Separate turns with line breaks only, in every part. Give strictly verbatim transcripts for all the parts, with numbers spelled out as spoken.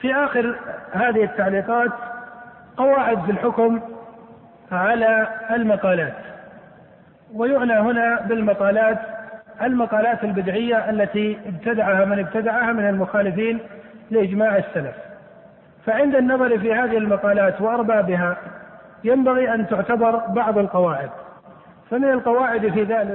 في آخر هذه التعليقات قواعد في الحكم على المقالات، ويعنى هنا بالمقالات المقالات البدعية التي ابتدعها من ابتدعها من المخالفين لإجماع السلف. فعند النظر في هذه المقالات وأربابها ينبغي أن تعتبر بعض القواعد. فمن القواعد في ذلك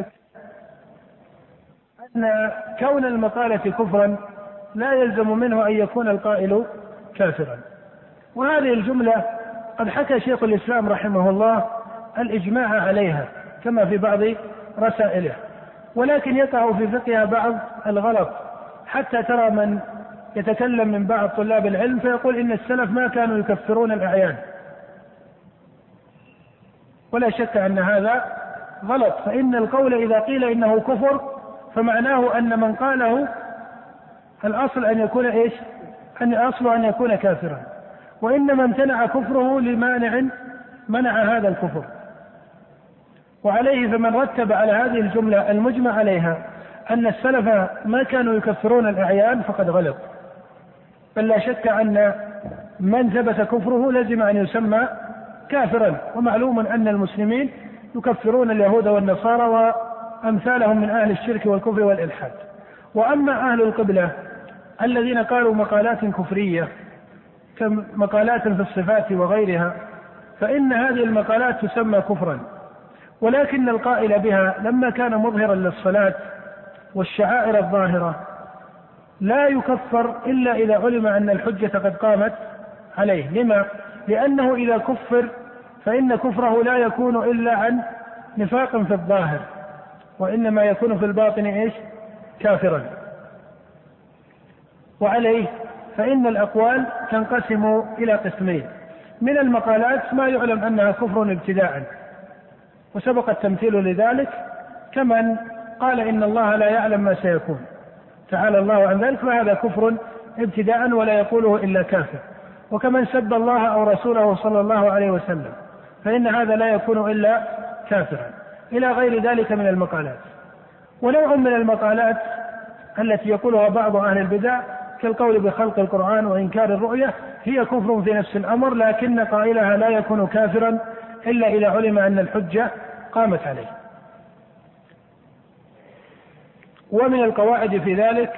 أن كون المقالة كفرا لا يلزم منه أن يكون القائل كافرا. وهذه الجملة قد حكى شيخ الإسلام رحمه الله الإجماع عليها كما في بعض رسائله، ولكن يقع في فقهها بعض الغلط، حتى ترى من يتكلم من بعض طلاب العلم فيقول إن السلف ما كانوا يكفرون الأعيان، ولا شك أن هذا غلط. فإن القول إذا قيل إنه كفر فمعناه أن من قاله الأصل أن يكون إيش؟ أن الأصل أن يكون كافرا، وإنما امتنع كفره لمانع منع هذا الكفر. وعليه فمن رتب على هذه الجملة المجمع عليها أن السلف ما كانوا يكفرون الأعيان فقد غلط، بل لا شك أن من ثبت كفره لازم أن يسمى كافرا. ومعلوم أن المسلمين يكفرون اليهود والنصارى وأمثالهم من أهل الشرك والكفر والإلحاد. وأما أهل القبلة الذين قالوا مقالات كفرية كمقالات في الصفات وغيرها فإن هذه المقالات تسمى كفرا، ولكن القائل بها لما كان مظهرا للصلاة والشعائر الظاهرة لا يكفر إلا إذا علم أن الحجة قد قامت عليه. لما؟ لأنه إذا كفر فإن كفره لا يكون إلا عن نفاق في الظاهر، وإنما يكون في الباطن إيش؟ كافرا. وعليه فإن الأقوال تنقسم إلى قسمين: من المقالات ما يعلم أنها كفر ابتداء، وسبق التمثيل لذلك كمن قال إن الله لا يعلم ما سيكون تعالى الله عن ذلك، فهذا كفر ابتداء ولا يقوله إلا كافر. وكمن سب الله أو رسوله صلى الله عليه وسلم فإن هذا لا يكون إلا كافرا، إلى غير ذلك من المقالات. ونوع من المقالات التي يقولها بعض أهل البدع كالقول بخلق القرآن وإنكار الرؤية هي كفر في نفس الأمر، لكن قائلها لا يكون كافرا إلا إذا علم أن الحجة قامت عليه. ومن القواعد في ذلك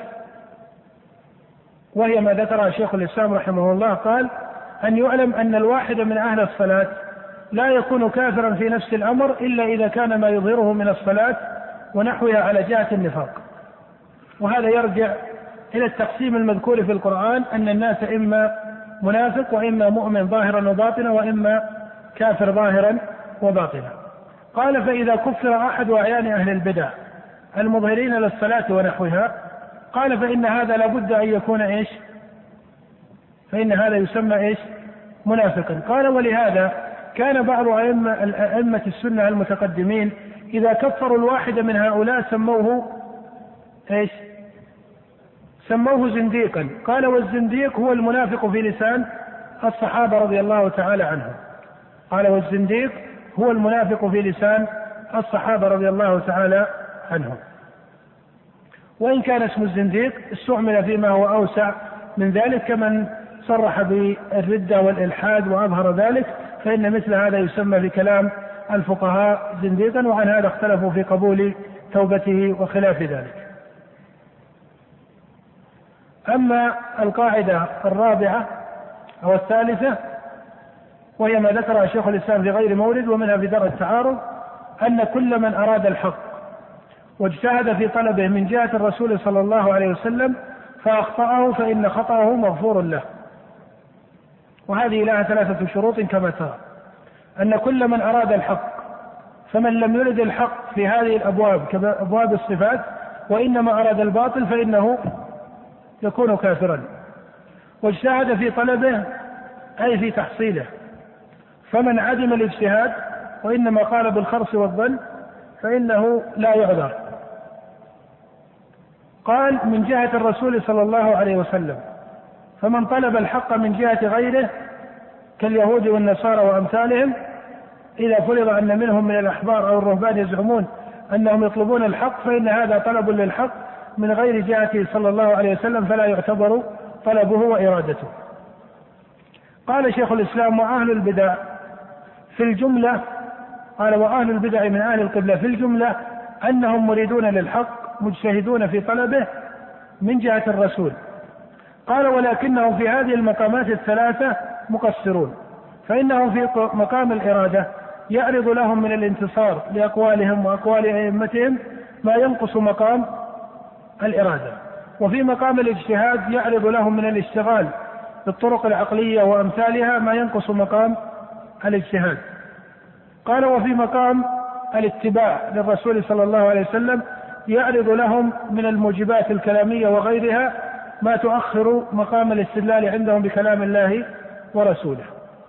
وهي ما ذكرها شيخ الإسلام رحمه الله قال: أن يعلم أن الواحد من أهل الصلاة لا يكون كافرا في نفس الأمر إلا إذا كان ما يظهره من الصلاة ونحوها على جهة النفاق. وهذا يرجع إلى التقسيم المذكور في القرآن أن الناس إما منافق وإما مؤمن ظاهرا وباطنا وإما كافر ظاهرا وباطنا. قال: فإذا كفر أحد أعيان أهل البدع المظهرين للصلاة ونحوها قال فإن هذا لابد أن يكون إيش؟ فإن هذا يسمى إيش؟ منافقا. قال: ولهذا كان بعض أئمة السنة المتقدمين إذا كفروا الواحد من هؤلاء سموه إيش؟ سموه زنديقا. قال: والزنديق هو المنافق في لسان الصحابة رضي الله تعالى عنهم. قال: والزنديق هو المنافق في لسان الصحابة رضي الله تعالى عنهم. وإن كان اسم الزنديق استعمل فيما هو أوسع من ذلك كمن صرح بالردة والإلحاد وأظهر ذلك، فإن مثل هذا يسمى في كلام الفقهاء زنديقا، وعن هذا اختلفوا في قبول توبته وخلاف ذلك. أما القاعدة الرابعة أو الثالثة وهي ما ذكرها شيخ الإسلام في غير مورد ومنها في درء التعارض: أن كل من أراد الحق واجتهد في طلبه من جهة الرسول صلى الله عليه وسلم فأخطأه فإن خطأه مغفور له. وهذه لها ثلاثة شروط كما ترى: أن كل من أراد الحق، فمن لم يرد الحق في هذه الأبواب كأبواب الصفات وإنما أراد الباطل فإنه يكون كافرا. واجتهد في طلبه أي في تحصيله، فمن عدم الاجتهاد وإنما قال بالخرص والظن فإنه لا يعذر. قال: من جهة الرسول صلى الله عليه وسلم، فمن طلب الحق من جهة غيره كاليهود والنصارى وأمثالهم إذا فرض أن منهم من الأحبار أو الرهبان يزعمون أنهم يطلبون الحق فإن هذا طلب للحق من غير جهته صلى الله عليه وسلم فلا يعتبر طلبه وإرادته. قال شيخ الإسلام: وأهل البدع في الجملة، قال: وأهل البدع من أهل القبلة في الجملة أنهم مريدون للحق مجتهدون في طلبه من جهة الرسول. قال: ولكنهم في هذه المقامات الثلاثة مقصرون، فإنهم في مقام الإرادة يعرض لهم من الانتصار لأقوالهم وأقوال أئمتهم ما ينقص مقام الإرادة، وفي مقام الاجتهاد يعرض لهم من الاشتغال بالطرق العقلية وأمثالها ما ينقص مقام الاجتهاد. قال: وفي مقام الاتباع للرسول صلى الله عليه وسلم يعرض لهم من الموجبات الكلامية وغيرها ما تؤخر مقام الاستدلال عندهم بكلام الله ورسوله.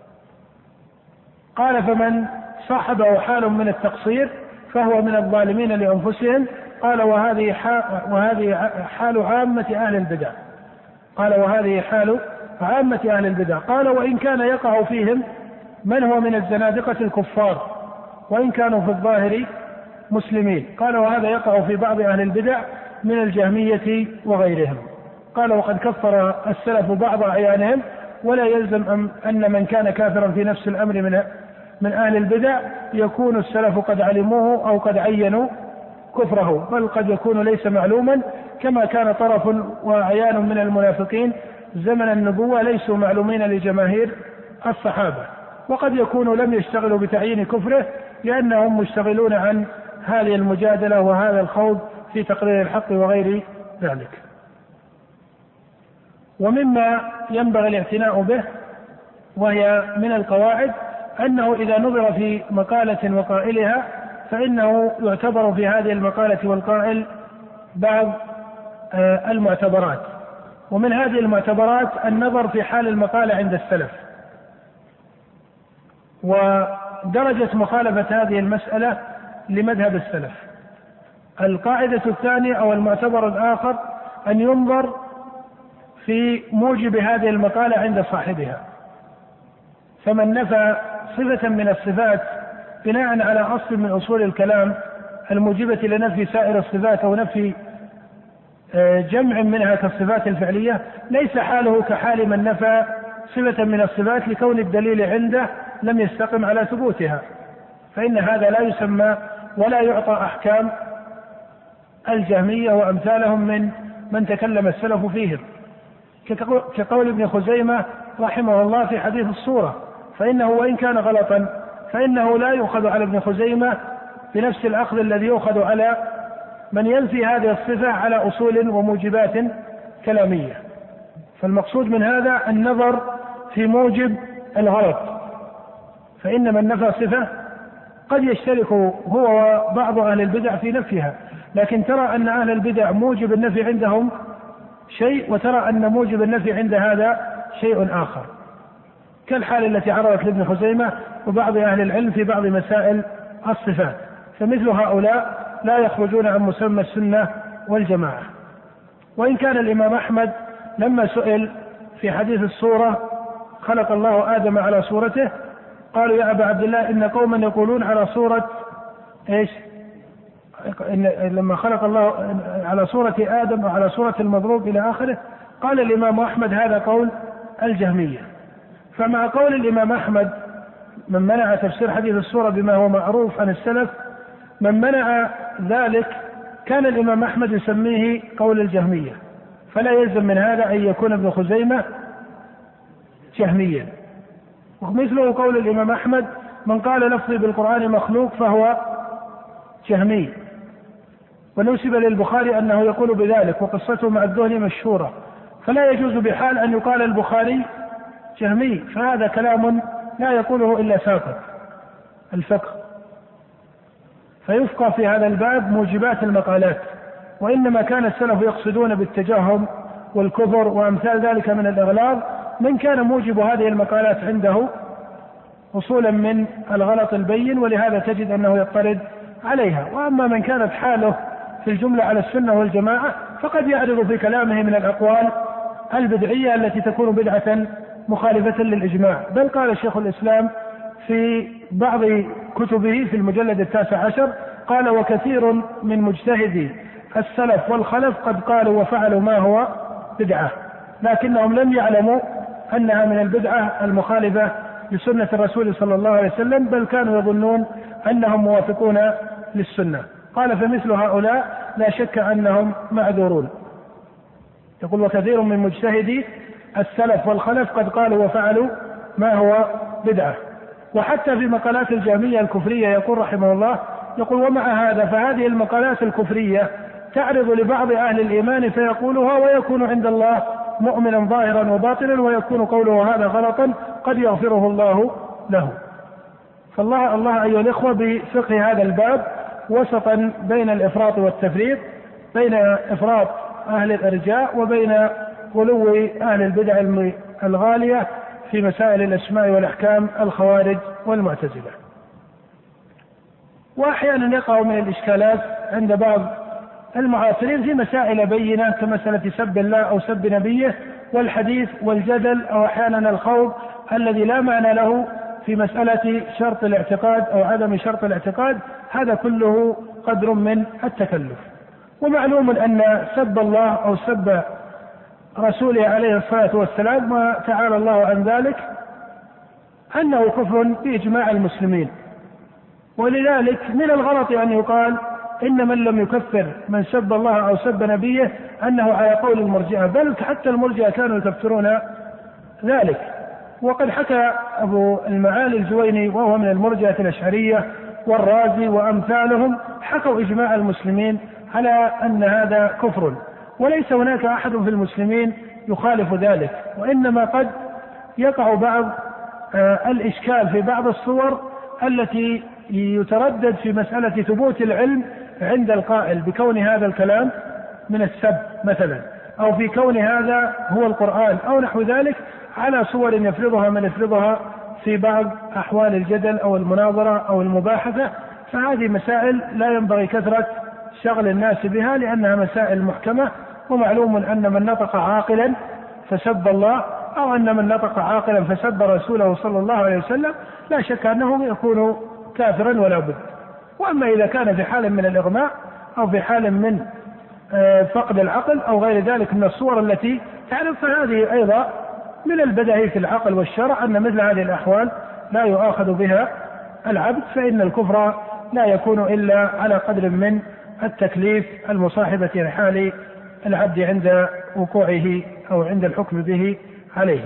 قال: فمن صاحبه حال من التقصير فهو من الظالمين لأنفسهم. قال: وهذه وهذه حال عامة أهل البدع. قال: وهذه حال عامة أهل البدع. قال: وإن كان يقع فيهم من هو من الزنادقة الكفار وإن كانوا في الظاهر مسلمين. قال: وهذا يقع في بعض أهل البدع من الجهمية وغيرهم. قال: وقد كفر السلف بعض أعيانهم، ولا يلزم أن من كان كافرا في نفس الأمر من من أهل البدع يكون السلف قد علموه أو قد عينوا كفره، بل قد يكون ليس معلوما، كما كان طرف وأعيان من المنافقين زمن النبوة ليسوا معلومين لجماهير الصحابة، وقد يكونوا لم يشتغلوا بتعيين كفره لأنهم مشتغلون عن هذه المجادلة وهذا الخوض في تقرير الحق وغير ذلك. ومما ينبغي الاعتناء به وهي من القواعد أنه إذا نظر في مقالة وقائلها فإنه يعتبر في هذه المقالة والقائل بعض المعتبرات، ومن هذه المعتبرات النظر في حال المقالة عند السلف ودرجة مخالفة هذه المسألة لمذهب السلف. القاعدة الثانية أو المعتبر الآخر أن ينظر في موجب هذه المقالة عند صاحبها، فمن نفى صفة من الصفات بناء على أصل من أصول الكلام الموجبة لنفي سائر الصفات أو نفي جمع منها كالصفات الفعلية ليس حاله كحال من نفى صفة من الصفات لكون الدليل عنده لم يستقم على ثبوتها، فإن هذا لا يسمى ولا يعطى أحكام الجهمية وأمثالهم من من تكلم السلف فيهم، كقول ابن خزيمة رحمه الله في حديث الصورة، فإنه وإن كان غلطا فإنه لا يؤخذ على ابن خزيمة بنفس الأخذ الذي يؤخذ على من ينفي هذه الصفة على أصول وموجبات كلامية. فالمقصود من هذا النظر في موجب الغلط، فإن من نفى صفة قد يشترك هو وبعض أهل البدع في نفيها، لكن ترى أن أهل البدع موجب النفي عندهم شيء وترى أن موجب النفي عند هذا شيء آخر، كالحال التي عرضت لابن خزيمة وبعض أهل العلم في بعض مسائل الصفات، فمثل هؤلاء لا يخرجون عن مسمى السنة والجماعة. وإن كان الإمام أحمد لما سئل في حديث الصورة خلق الله آدم على صورته قالوا: يا أبا عبد الله إن قوما يقولون على صورة إيش؟ إن لما خلق الله على صورة آدم وعلى صورة المضروب إلى آخره. قال الإمام أحمد: هذا قول الجهمية. فمع قول الإمام أحمد من منع تفسير حديث الصورة بما هو معروف عن السلف، من منع ذلك كان الإمام أحمد يسميه قول الجهمية، فلا يلزم من هذا أن يكون ابن خزيمة جهميا. ومثله قول الإمام أحمد: من قال لفظي بالقرآن مخلوق فهو جهمي، ونسب للبخاري أنه يقول بذلك، وقصته مع الذهلي مشهورة، فلا يجوز بحال أن يقال البخاري جهمي، فهذا كلام لا يقوله إلا ساقط الفقه. فيفقه في هذا الباب موجبات المقالات، وإنما كان السلف يقصدون بالتجهم والكفر وأمثال ذلك من الإغلاظ من كان موجب هذه المقالات عنده أصولا من الغلط البين، ولهذا تجد أنه يضطرد عليها. وأما من كانت حاله في الجملة على السنة والجماعة فقد يعرض في كلامه من الأقوال البدعية التي تكون بدعة مخالفة للإجماع. بل قال شيخ الإسلام في بعض كتبه في المجلد التاسع عشر قال: وكثير من مجتهدي السلف والخلف قد قالوا وفعلوا ما هو بدعة، لكنهم لم يعلموا أنها من البدعة المخالفة لسنة الرسول صلى الله عليه وسلم، بل كانوا يظنون أنهم موافقون للسنة. قال فمثل هؤلاء لا شك أنهم معذورون. يقول وكثير من مجتهدي السلف والخلف قد قالوا وفعلوا ما هو بدعة. وحتى في مقالات الجهمية الكفرية يقول رحمه الله، يقول ومع هذا فهذه المقالات الكفرية تعرض لبعض أهل الإيمان فيقولها ويكون عند الله مؤمنا ظاهرا وباطنا، ويكون قوله هذا غلطا قد يغفره الله له. فالله الله أيها الإخوة بفقه هذا الباب وسطا بين الإفراط والتفريط، بين إفراط أهل الإرجاء وبين غلو أهل البدع الغالية في مسائل الأسماء والأحكام الخوارج والمعتزلة. وأحيانا يقع من الإشكالات عند بعض المعاصرين في مسائل بينة كمسألة سب الله أو سب نبيه والحديث والجدل، أو أحيانا الخوض الذي لا معنى له في مسألة شرط الاعتقاد أو عدم شرط الاعتقاد. هذا كله قدر من التكلف. ومعلوم أن سب الله أو سب رسوله عليه الصلاة والسلام وتعالى الله عن ذلك أنه كفر بإجماع المسلمين، ولذلك من الغلط أن يقال إن من لم يكفر من سب الله أو سب نبيه أنه على قول المرجئة، بل حتى المرجئة كانوا يكفرون ذلك. وقد حكى أبو المعالي الجويني وهو من المرجئة الأشعرية والرازي وأمثالهم حكوا إجماع المسلمين على أن هذا كفر، وليس هناك أحد في المسلمين يخالف ذلك، وإنما قد يقع بعض الإشكال في بعض الصور التي يتردد في مسألة ثبوت العلم عند القائل بكون هذا الكلام من السب مثلا، أو في كون هذا هو القرآن أو نحو ذلك، على صور يفرضها من يفرضها في بعض أحوال الجدل أو المناظرة أو المباحثة. فهذه مسائل لا ينبغي كثرة شغل الناس بها، لأنها مسائل محكمة. ومعلوم أن من نطق عاقلا فسب الله، أو أن من نطق عاقلا فسب رسوله صلى الله عليه وسلم، لا شك أنه يكون كافرا ولا بد. وأما إذا كان في حال من الإغماء أو في حال من فقد العقل أو غير ذلك من الصور التي تعرف، فهذه أيضا من البدع في العقل والشرع أن مثل هذه الأحوال لا يؤاخذ بها العبد، فإن الكفر لا يكون إلا على قدر من التكليف المصاحبة لحال العبد عند وقوعه أو عند الحكم به عليه.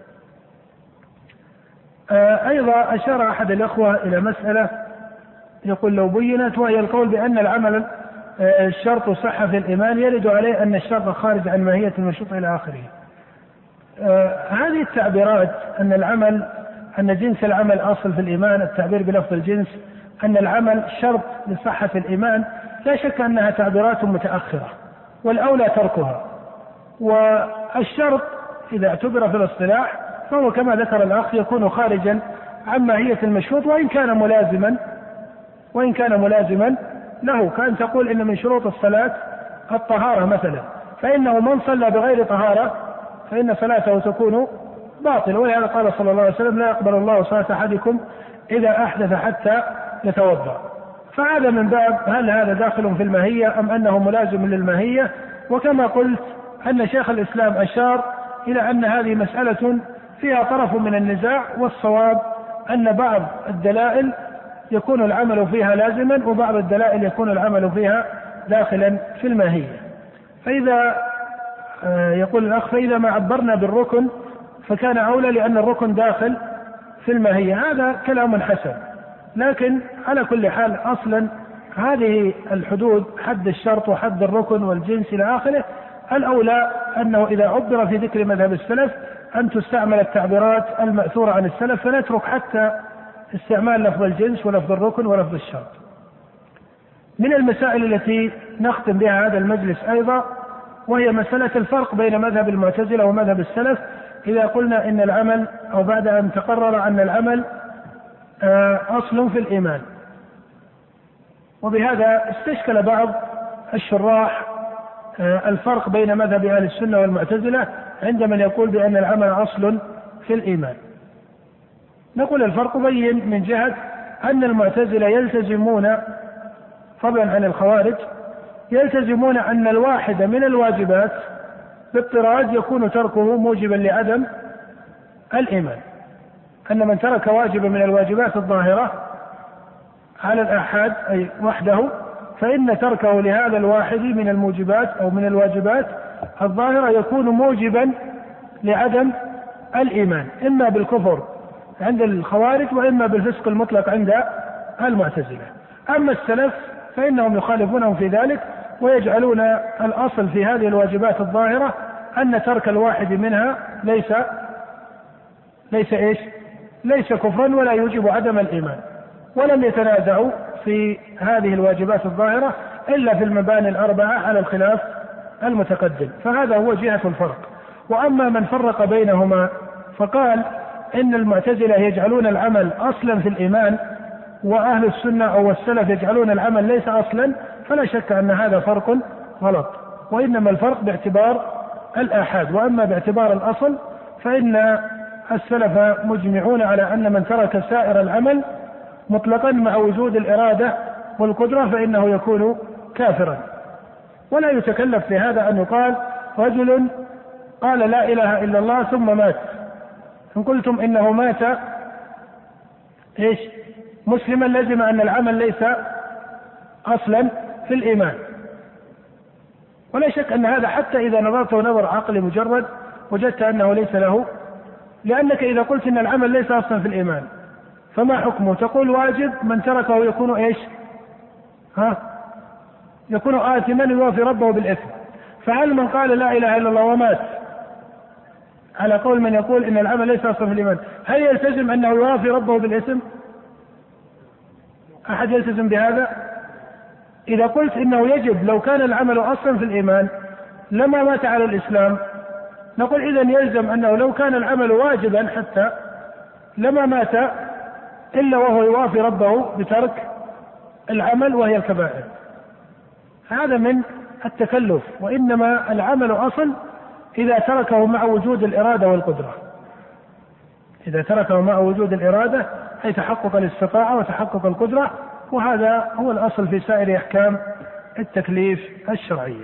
أيضا أشار أحد الأخوة إلى مسألة يقول لو بينت، وهي القول بأن العمل الشرط صحة في الإيمان يرد عليه أن الشرط خارج عن ماهية المشروط إلى آخره. هذه التعبيرات أن العمل أن جنس العمل أصل في الإيمان، التعبير بلفظ الجنس، أن العمل شرط لصحة الإيمان، لا شك أنها تعبيرات متأخرة والأولى تركها. والشرط إذا اعتبر في الاصطلاح فهو كما ذكر الأخ يكون خارجا عن ماهية المشروط، وإن كان ملازما وإن كان ملازما له، كأن تقول إن من شروط الصلاة الطهارة مثلا، فإنه من صلى بغير طهارة فإن صلاته تكون باطلة. ولهذا قال صلى الله عليه وسلم لا يقبل الله صلاة أحدكم إذا أحدث حتى يتوضأ. فهذا من باب هل هذا داخل في الماهية أم أنه ملازم للماهية. وكما قلت أن شيخ الإسلام أشار إلى أن هذه مسألة فيها طرف من النزاع، والصواب أن بعض الدلائل يكون العمل فيها لازما، وبعض الدلائل يكون العمل فيها داخلا في الماهية. فإذا يقول الأخ فإذا ما عبرنا بالركن فكان أولى لأن الركن داخل في الماهية. هذا كلام حسن، لكن على كل حال أصلا هذه الحدود حد الشرط وحد الركن والجنس إلى آخره، الأولى أنه إذا عبر في ذكر مذهب السلف أن تستعمل التعبيرات المأثورة عن السلف، فنترك حتى استعمال لفظ الجنس ولفظ الركن ولفظ الشرط. من المسائل التي نختم بها هذا المجلس أيضا وهي مسألة الفرق بين مذهب المعتزلة ومذهب السلف. إذا قلنا إن العمل أو بعد أن تقرر أن العمل أصل في الإيمان، وبهذا استشكل بعض الشراح الفرق بين مذهب أهل السنة والمعتزلة عندما يقول بأن العمل أصل في الإيمان. نقول الفرق بين من جهة أن المعتزلة يلتزمون فضلا عن الخوارج يلتزمون أن الواحد من الواجبات باضطراد يكون تركه موجبا لعدم الإيمان، أن من ترك واجبا من الواجبات الظاهرة على الآحاد أي وحده فإن تركه لهذا الواحد من الموجبات أو من الواجبات الظاهرة يكون موجبا لعدم الإيمان، إما بالكفر عند الخوارج وإما بالفسق المطلق عند المعتزلة. أما السلف فإنهم يخالفونهم في ذلك ويجعلون الأصل في هذه الواجبات الظاهرة أن ترك الواحد منها ليس ليس إيش ليس كفرا ولا يوجب عدم الإيمان، ولم يتنازعوا في هذه الواجبات الظاهرة إلا في المباني الأربعة على الخلاف المتقدم، فهذا هو جهة الفرق. وأما من فرق بينهما فقال إن المعتزلة يجعلون العمل أصلا في الإيمان وأهل السنة أو السلف يجعلون العمل ليس أصلا، فلا شك أن هذا فرق غلط، وإنما الفرق باعتبار الآحاد، وأما باعتبار الأصل فإن السلف مجمعون على أن من ترك سائر العمل مطلقا مع وجود الإرادة والقدرة فإنه يكون كافرا. ولا يتكلف في هذا أن يقال رجل قال لا إله إلا الله ثم مات، إن قلتم إنه مات إيش مسلما لزم أن العمل ليس أصلا في الإيمان، ولا شك أن هذا حتى إذا نظرته نظر عقلي مجرد وجدت أنه ليس له، لأنك إذا قلت إن العمل ليس أصلا في الإيمان فما حكمه؟ تقول واجب من تركه يكون إيش ها يكون آثما يوافي ربه بالإثم، فهل من قال لا إله إلا الله ومات على قول من يقول إن العمل ليس أصلا في الإيمان هل يلتزم أنه يوافي ربه بالإثم؟ أحد يلتزم بهذا؟ إذا قلت إنه يجب لو كان العمل أصلا في الإيمان لما مات على الإسلام، نقول إذن يلزم أنه لو كان العمل واجبا حتى لما مات إلا وهو يوافي ربه بترك العمل وهي الكبائر. هذا من التكلف، وإنما العمل أصل إذا تركه مع وجود الإرادة والقدرة، إذا تركه مع وجود الإرادة أي تحقق الاستطاعة وتحقق القدرة، وهذا هو الأصل في سائر أحكام التكليف الشرعية.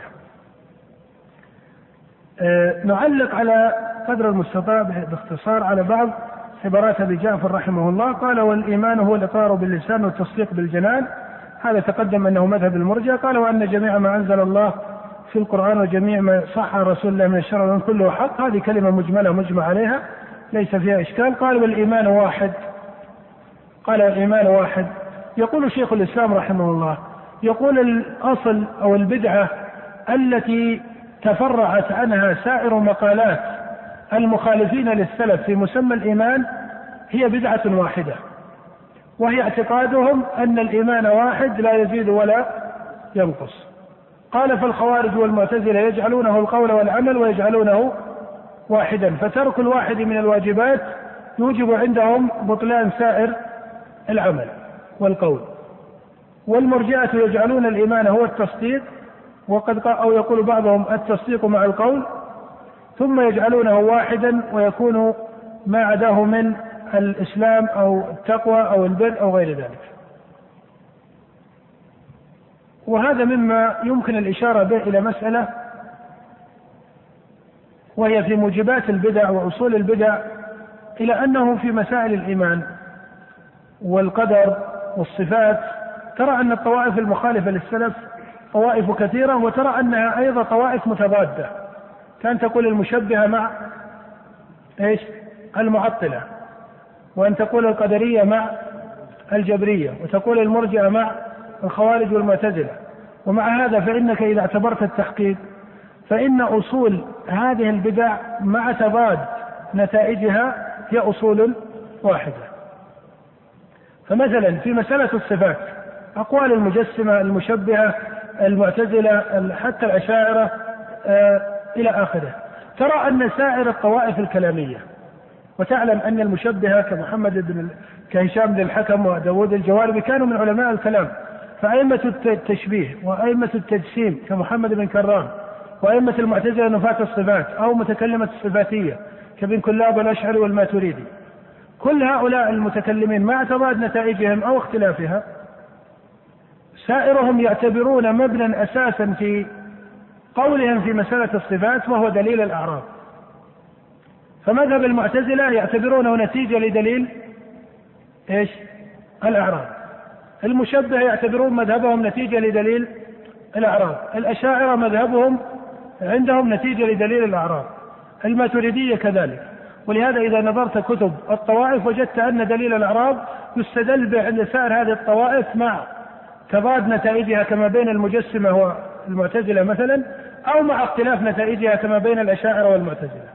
أه نعلق على قدر المستطاع باختصار على بعض عبارات أبي جعفر رحمه الله. قال والإيمان هو الإقرار باللسان والتصديق بالجنان، هذا تقدم أنه مذهب المرجئة. قال وأن جميع ما أنزل الله في القرآن وجميع ما صح رسول الله من الشرع كله حق، هذه كلمة مجملة مجمع عليها ليس فيها إشكال. قال والإيمان واحد، قال والإيمان واحد. يقول شيخ الإسلام رحمه الله يقول الأصل أو البدعة التي تفرعت عنها سائر مقالات المخالفين للسلف في مسمى الإيمان هي بدعة واحدة، وهي اعتقادهم أن الإيمان واحد لا يزيد ولا ينقص. قال فالخوارج والمعتزلة يجعلونه القول والعمل ويجعلونه واحدا، فترك الواحد من الواجبات يوجب عندهم بطلان سائر العمل والقول. والمرجئة يجعلون الإيمان هو التصديق، وقد أو يقول بعضهم التصديق مع القول، ثم يجعلونه واحدا ويكون ما عداه من الإسلام أو التقوى أو البر أو غير ذلك. وهذا مما يمكن الإشارة به إلى مسألة وهي في موجبات البدع وأصول البدع، إلى أنه في مسائل الإيمان والقدر والصفات ترى أن الطوائف المخالفة للسلف طوائف كثيرة، وترى أنها أيضا طوائف متضادة، كان تقول المشبهة مع إيش المعطلة، وأن تقول القدرية مع الجبرية، وتقول المرجئة مع الخوارج والمعتزلة. ومع هذا فإنك إذا اعتبرت التحقيق فإن أصول هذه البدع مع تضاد نتائجها هي أصول واحدة. فمثلا في مسألة الصفات أقوال المجسمة المشبهة المعتزلة حتى الأشاعرة آه إلى آخره، ترى أن سائر الطوائف الكلامية، وتعلم أن المشبهة كمحمد بن كهشام بن الحكم وداود الجواربي كانوا من علماء الكلام، فأئمة التشبيه وأئمة التجسيم كمحمد بن كرام، وأئمة المعتزلة نفاة الصفات أو متكلمة الصفاتية كابن كلاب والأشعري والماتريدي، كل هؤلاء المتكلمين مع تضاد نتائجهم أو اختلافها سائرهم يعتبرون مبنى أساسا في قولهم في مسألة الصفات وهو دليل الأعراض. فمذهب المعتزلة يعتبرونه نتيجة لدليل إيش؟ الأعراض. المشبهة يعتبرون مذهبهم نتيجة لدليل الأعراض. الأشاعرة مذهبهم عندهم نتيجة لدليل الأعراض. الماتريدية كذلك. ولهذا إذا نظرت كتب الطوائف وجدت أن دليل الأعراض يستدل به عند سائر هذه الطوائف مع تضاد نتائجها كما بين المجسمة والمعتزلة مثلا، أو مع اختلاف نتائجها كما بين الأشاعرة والمعتزلة،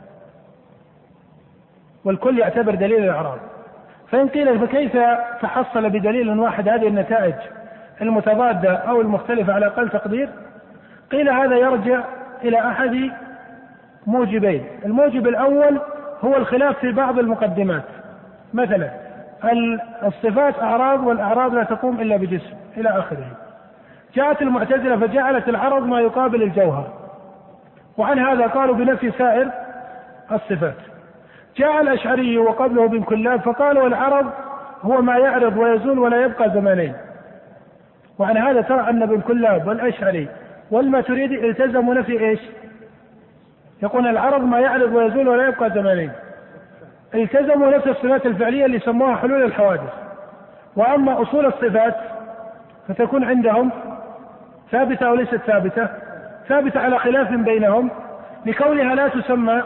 والكل يعتبر دليل الأعراض. فإن قيل فكيف تحصل بدليل واحد هذه النتائج المتضادة أو المختلفة على أقل تقدير؟ قيل هذا يرجع إلى أحد موجبين. الموجب الأول هو الخلاف في بعض المقدمات، مثلا الصفات أعراض والأعراض لا تقوم إلا بجسم إلى آخره. جاءت المعتزلة فجعلت العرض ما يقابل الجوهر، وعن هذا قالوا بنفي سائر الصفات. جاء الأشعري وقبله ابن كلاب فقالوا العرض هو ما يعرض ويزول ولا يبقى زمانين، وعن هذا ترى أن ابن كلاب والأشعري والماتريدي التزموا نفي إيش؟ يقول العرض ما يعرض ويزول ولا يبقى زمانين، التزموا نفس الصفات الفعلية اللي سموها حلول الحوادث. وأما أصول الصفات فتكون عندهم ثابتة أو ليست ثابتة؟ ثابتة على خلاف بينهم، لكونها لا تسمى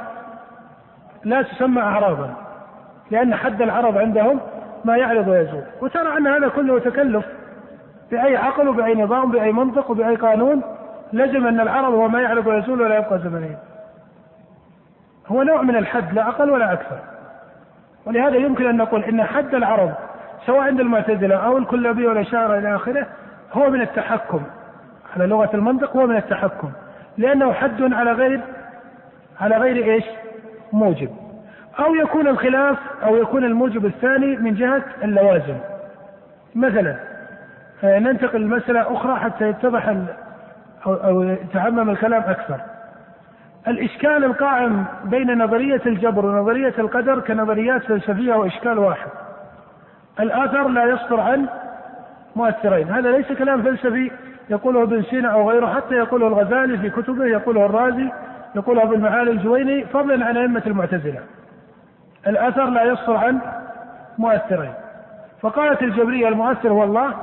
لا تسمى أعراضا، لأن حد العرض عندهم ما يعرض ويزول. وترى أن هذا كله تكلف بأي عقل وبأي نظام وبأي منطق وبأي قانون، لازم أن العرض هو ما يعرض ويزول ولا يبقى زمنيا، هو نوع من الحد لا أقل ولا أكثر. ولهذا يمكن أن نقول إن حد العرض سواء عند المعتزلة أو الكلابية والأشاعرة إلى آخره هو من التحكم، على لغة المنطق هو من التحكم، لأنه حد على غير على غير إيش؟ موجب. أو يكون الخلاف أو يكون الموجب الثاني من جهة اللوازم. مثلا ننتقل لمسألة أخرى حتى يتضح أو, أو يتعمم الكلام أكثر. الإشكال القائم بين نظرية الجبر ونظرية القدر كنظريات فلسفية وإشكال واحد. الآثر لا يصدر عن مؤثرين، هذا ليس كلام فلسفي يقوله ابن سينا أو غيره، حتى يقوله الغزالي في كتبه، يقوله الرازي، يقوله ابن المعالي الجويني، فضلا عن أئمة المعتزلة. الأثر لا يصدر عن مؤثرين. فقالت الجبرية المؤثر هو الله،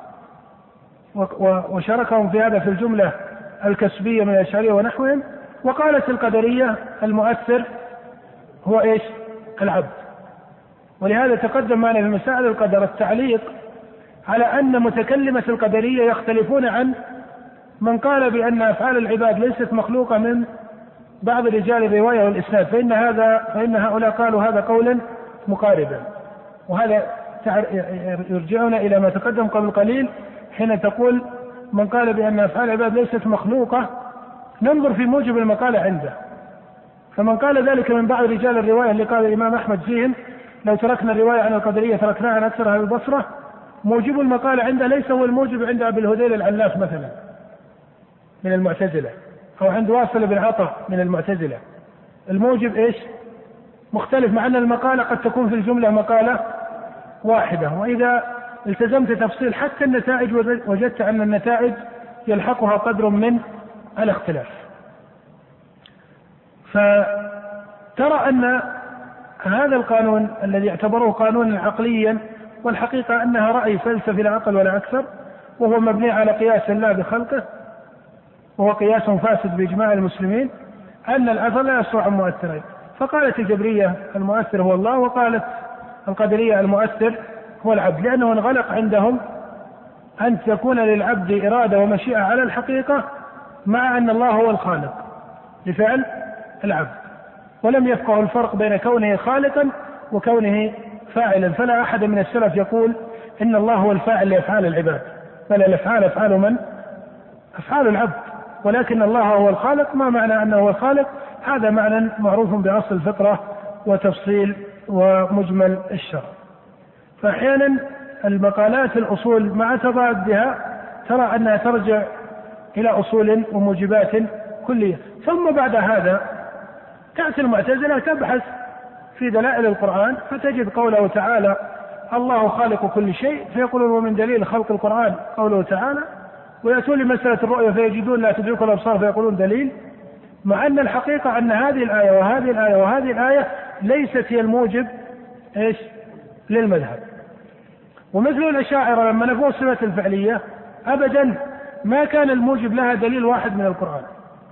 وشاركهم في هذا في الجملة الكسبية من الأشعرية ونحوهم. وقالت القدرية المؤثر هو إيش؟ العبد. ولهذا تقدم معنا في مسائل القدر التعليق على أن متكلمة القدرية يختلفون عن من قال بأن أفعال العباد ليست مخلوقة من بعض رجال الرواية والإسناد، فإن هذا فإن هؤلاء قالوا هذا قولا مقاربا. وهذا يرجعنا إلى ما تقدم قبل قليل حين تقول من قال بأن أفعال العباد ليست مخلوقة، ننظر في موجب المقالة عنده. فمن قال ذلك من بعض رجال الرواية اللي قال الإمام أحمد فيهم لو تركنا الرواية عن القدرية تركناها عن أكثر أهل البصرة، موجب المقالة عنده ليس هو الموجب عند أبي الهذيل العلاف مثلا من المعتزلة، أو عند واصل بن عطا من المعتزلة. الموجب إيش؟ مختلف، مع أن المقالة قد تكون في الجملة مقالة واحدة، وإذا التزمت تفصيل حتى النتائج وجدت أن النتائج يلحقها قدر من الاختلاف. فترى أن هذا القانون الذي اعتبروه قانونا عقليا، والحقيقة أنها رأي فلسفي لا أقل ولا أكثر، وهو مبني على قياس الله بخلقه، وهو قياس فاسد بإجماع المسلمين، أن الأثر لا يصدر عن مؤثرين. فقالت الجبرية المؤثر هو الله، وقالت القدرية المؤثر هو العبد، لأنه انغلق عندهم أن تكون للعبد إرادة ومشيئة على الحقيقة، مع أن الله هو الخالق لفعل العبد، ولم يفقهوا الفرق بين كونه خالقا وكونه فاعلا. فلا أحد من السلف يقول إن الله هو الفاعل لأفعال العباد، بل الأفعال أفعال من؟ أفعال العبد، ولكن الله هو الخالق. ما معنى أنه هو الخالق؟ هذا معنى معروف بأصل الفطرة وتفصيل ومجمل الشرع. فأحيانا المقالات الأصول مع تضادها ترى أنها ترجع إلى أصول وموجبات كلية، ثم بعد هذا تأتي المعتزلة تبحث في دلائل القرآن فتجد قوله تعالى الله خالق كل شيء، فيقولون ومن دليل خلق القرآن قوله تعالى، ويأتون لمسألة الرؤية فيجدون لا تدركه الأبصار فيقولون دليل، مع أن الحقيقة أن هذه الآية وهذه الآية وهذه الآية ليست هي الموجب إيش للمذهب. ومثل الأشاعرة لما نفوا الصفات الفعلية أبدا ما كان الموجب لها دليل واحد من القرآن،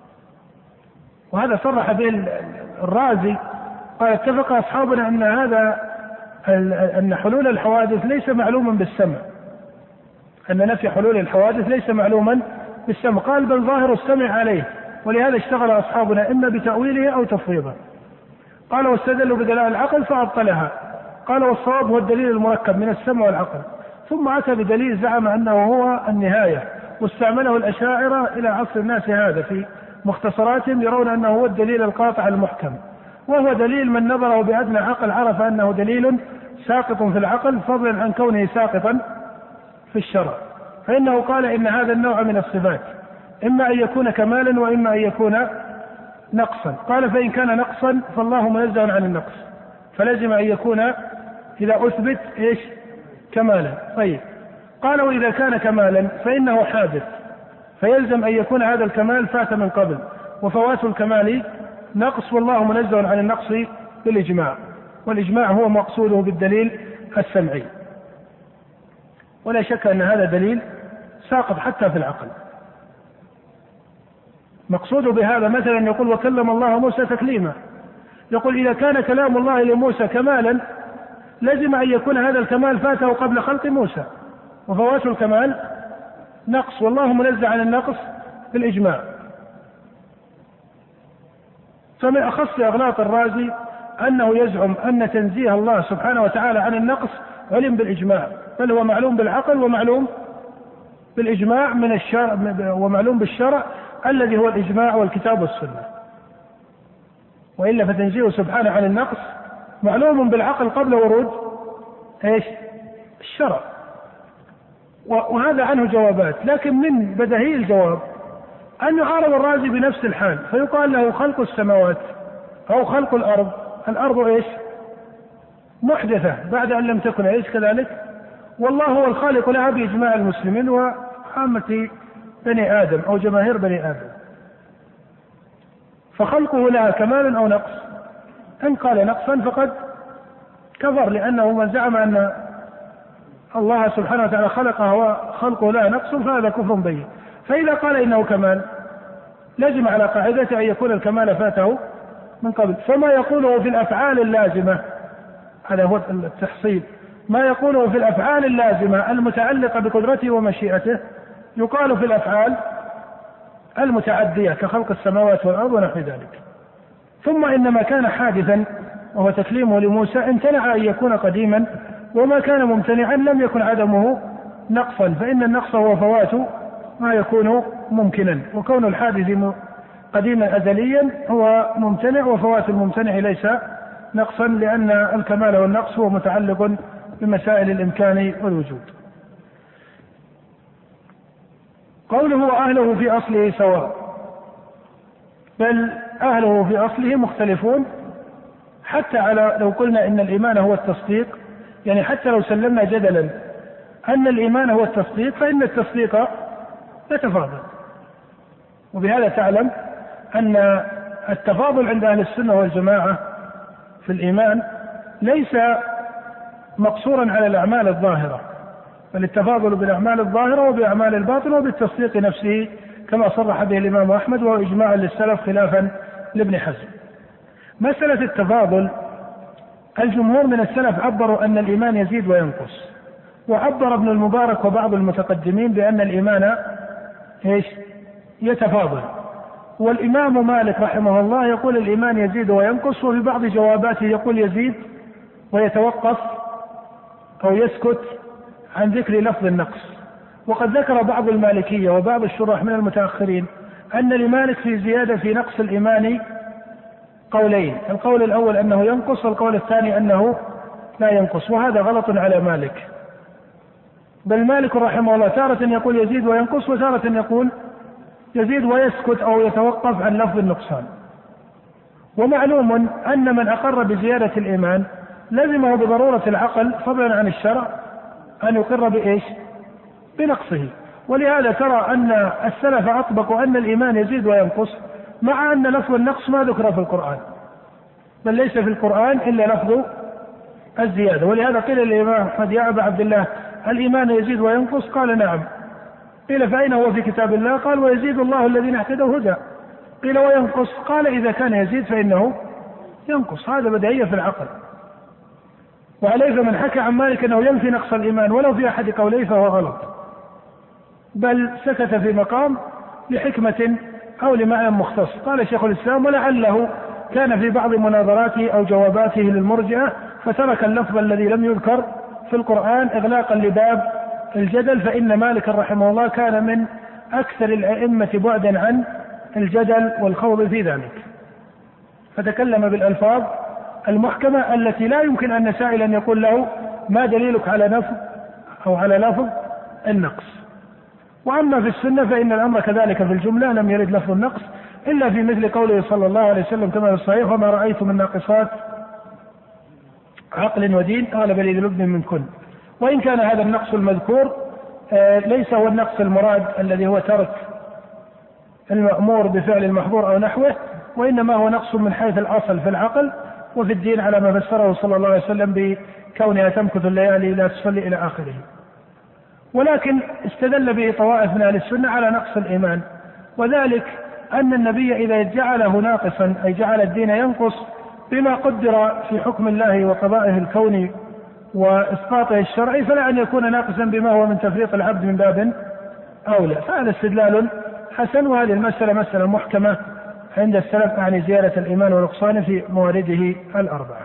وهذا صرح به الرازي قال اتفق أصحابنا أن هذا أن حلول الحوادث ليس معلوما بالسمع، أن نفي حلول الحوادث ليس معلوما بالسمع، قال بل ظاهر السمع عليه، ولهذا اشتغل أصحابنا إما بتأويله أو تفويضه. قال واستدلوا بدلائل العقل فأبطلها، قال والصواب هو الدليل المركب من السمع والعقل، ثم أتى بدليل زعم أنه هو النهاية، واستعمله الأشاعرة إلى عصر الناس هذا في مختصراتهم، يرون أنه هو الدليل القاطع المحكم، وهو دليل من نظره بأدنى عقل عرف أنه دليل ساقط في العقل فضلا عن كونه ساقطا في الشرع، فإنه قال إن هذا النوع من الصفات إما أن يكون كمالا وإما أن يكون نقصا. قال فإن كان نقصا فالله منزه عن النقص، فلازم أن يكون إذا أثبت إيش كمالا. طيب قال وإذا كان كمالا فإنه حادث، فيلزم أن يكون هذا الكمال فات من قبل، وفوات الكمال نقص، والله منزه عن النقص بالإجماع، والإجماع هو مقصوده بالدليل السمعي، ولا شك أن هذا دليل ساقط حتى في العقل. مقصوده بهذا مثلا يقول وكلم الله موسى تكليما، يقول إذا كان كلام الله لموسى كمالا لازم أن يكون هذا الكمال فاته قبل خلق موسى، وفوات الكمال نقص، والله منزه عن النقص بالإجماع. فمن أخص أغلاط الرازي أنه يزعم أن تنزيه الله سبحانه وتعالى عن النقص علم بالإجماع، بل هو معلوم بالعقل ومعلوم بالإجماع من الشرع، ومعلوم بالشرع الذي هو الإجماع والكتاب والسنة، وإلا فتنزيه سبحانه عن النقص معلوم بالعقل قبل ورود إيش الشرع. وهذا عنه جوابات، لكن من بديهي الجواب أن يعارض الرازي بنفس الحال، فيقال له خلق السماوات أو خلق الأرض، الأرض إيش محدثة بعد أن لم تكن إيش كذلك، والله هو الخالق لها بإجماع المسلمين وعامة بني آدم أو جماهير بني آدم، فخلقه لها كمال أو نقص. إن قال نقصا فقد كفر، لأنه من زعم أن الله سبحانه وتعالى خلقها وخلقه لها نقص فهذا كفر بين. فإذا قال إنه كمال لازم على قاعدة أن يكون الكمال فاته من قبل. فما يقوله في الأفعال اللازمة، هذا هو التحصيل، ما يقوله في الأفعال اللازمة المتعلقة بقدرته ومشيئته يقال في الأفعال المتعدية كخلق السماوات والأرض ونحو ذلك. ثم إنما كان حادثا وهو تكليمه لموسى امتنع أن يكون قديما، وما كان ممتنعا لم يكن عدمه نقصا، فإن النقص هو فوات ما يكون ممكنا، وكون الحادث قديما أزليا هو ممتنع، وفوات الممتنع ليس نقصا، لأن الكمال والنقص هو متعلق بمسائل الإمكان والوجود. قوله وأهله في أصله سواء، بل أهله في أصله مختلفون، حتى على لو قلنا إن الإيمان هو التصديق، يعني حتى لو سلمنا جدلا أن الإيمان هو التصديق فإن التصديق يتفاضل. وبهذا تعلم أن التفاضل عند أهل السنة والجماعة في الإيمان ليس مقصورا على الأعمال الظاهرة، بل التفاضل بالأعمال الظاهرة وبأعمال الباطن وبالتصديق نفسه، كما صرح به الإمام أحمد وهو إجماع للسلف خلافا لابن حزم. مسألة التفاضل الجمهور من السلف عبروا أن الإيمان يزيد وينقص، وعبر ابن المبارك وبعض المتقدمين بأن الإيمان إيش يتفاضل. والإمام مالك رحمه الله يقول الإيمان يزيد وينقص، وفي بعض جواباته يقول يزيد ويتوقف أو يسكت عن ذكر لفظ النقص. وقد ذكر بعض المالكية وبعض الشراح من المتأخرين أن لمالك في زيادة في نقص الإيمان قولين، القول الأول أنه ينقص، والقول الثاني أنه لا ينقص، وهذا غلط على مالك. بل مالك رحمه الله تارة يقول يزيد وينقص، وتارة يقول يزيد ويسكت أو يتوقف عن لفظ النقصان. ومعلوم أن من أقر بزيادة الإيمان لزمه بضرورة العقل فضلا عن الشرع أن يقر بإيش بنقصه. ولهذا ترى أن السلف أطبقوا أن الإيمان يزيد وينقص، مع أن لفظ النقص ما ذكر في القرآن، بل ليس في القرآن إلا لفظ الزيادة. ولهذا قيل للإمام أحمد يا أبا عبد الله الإيمان يزيد وينقص؟ قال نعم. قيل فأين هو في كتاب الله؟ قال ويزيد الله الذين اهتدوا هدى. قيل وينقص؟ قال إذا كان يزيد فإنه ينقص. هذا بديهية في العقل. وعليه فمن حكى عن مالك أنه ينفي نقص الإيمان ولو في أحد قوليه فهو غلط، بل سكت في مقام لحكمة أو لمعنى مختص. قال شيخ الإسلام ولعله كان في بعض مناظراته أو جواباته للمرجئة فترك اللفظ الذي لم يذكر في القرآن إغلاقا لباب الجدل، فإن مالك رحمه الله كان من أكثر الأئمة بعدا عن الجدل والخوض في ذلك، فتكلم بالألفاظ المحكمة التي لا يمكن أن سائلا يقول له ما دليلك على نفي أو على لفظ النقص. وأما في السنة فإن الأمر كذلك في الجملة، لم يرد لفظ النقص إلا في مثل قوله صلى الله عليه وسلم كما في الصحيح وما رأيت من ناقصات عقل ودين قال بل إذ لبن من كن. وإن كان هذا النقص المذكور ليس هو النقص المراد الذي هو ترك المأمور بفعل المحظور أو نحوه، وإنما هو نقص من حيث الأصل في العقل وفي الدين على ما فسره صلى الله عليه وسلم بكونها تمكث الليالي لا تصلي إلى آخره. ولكن استدل به طوائف من أهل السنة على نقص الإيمان، وذلك أن النبي إذا جعله ناقصا أي جعل الدين ينقص بما قدر في حكم الله وقضائه الكوني وإسقاطه الشرعي، فلا أن يكون ناقصا بما هو من تفريط العبد من باب أولى. فهذا استدلال حسن، وهذه المسألة مسألة محكمة عند السلف عن زيادة الإيمان ونقصانه في موارده الأربعة.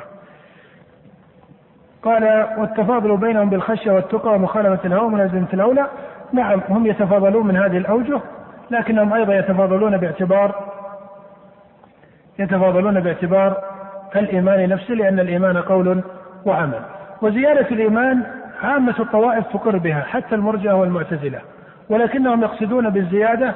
قال والتفاضل بينهم بالخشية والتقى ومخالفة الهوى وملازمة الأولى. نعم هم يتفاضلون من هذه الأوجه، لكنهم أيضا يتفاضلون باعتبار يتفاضلون باعتبار الإيمان نفسه، لأن الإيمان قول وعمل. وزيادة الإيمان عامة الطوائف تقر بها حتى المرجئة والمعتزلة، ولكنهم يقصدون بالزيادة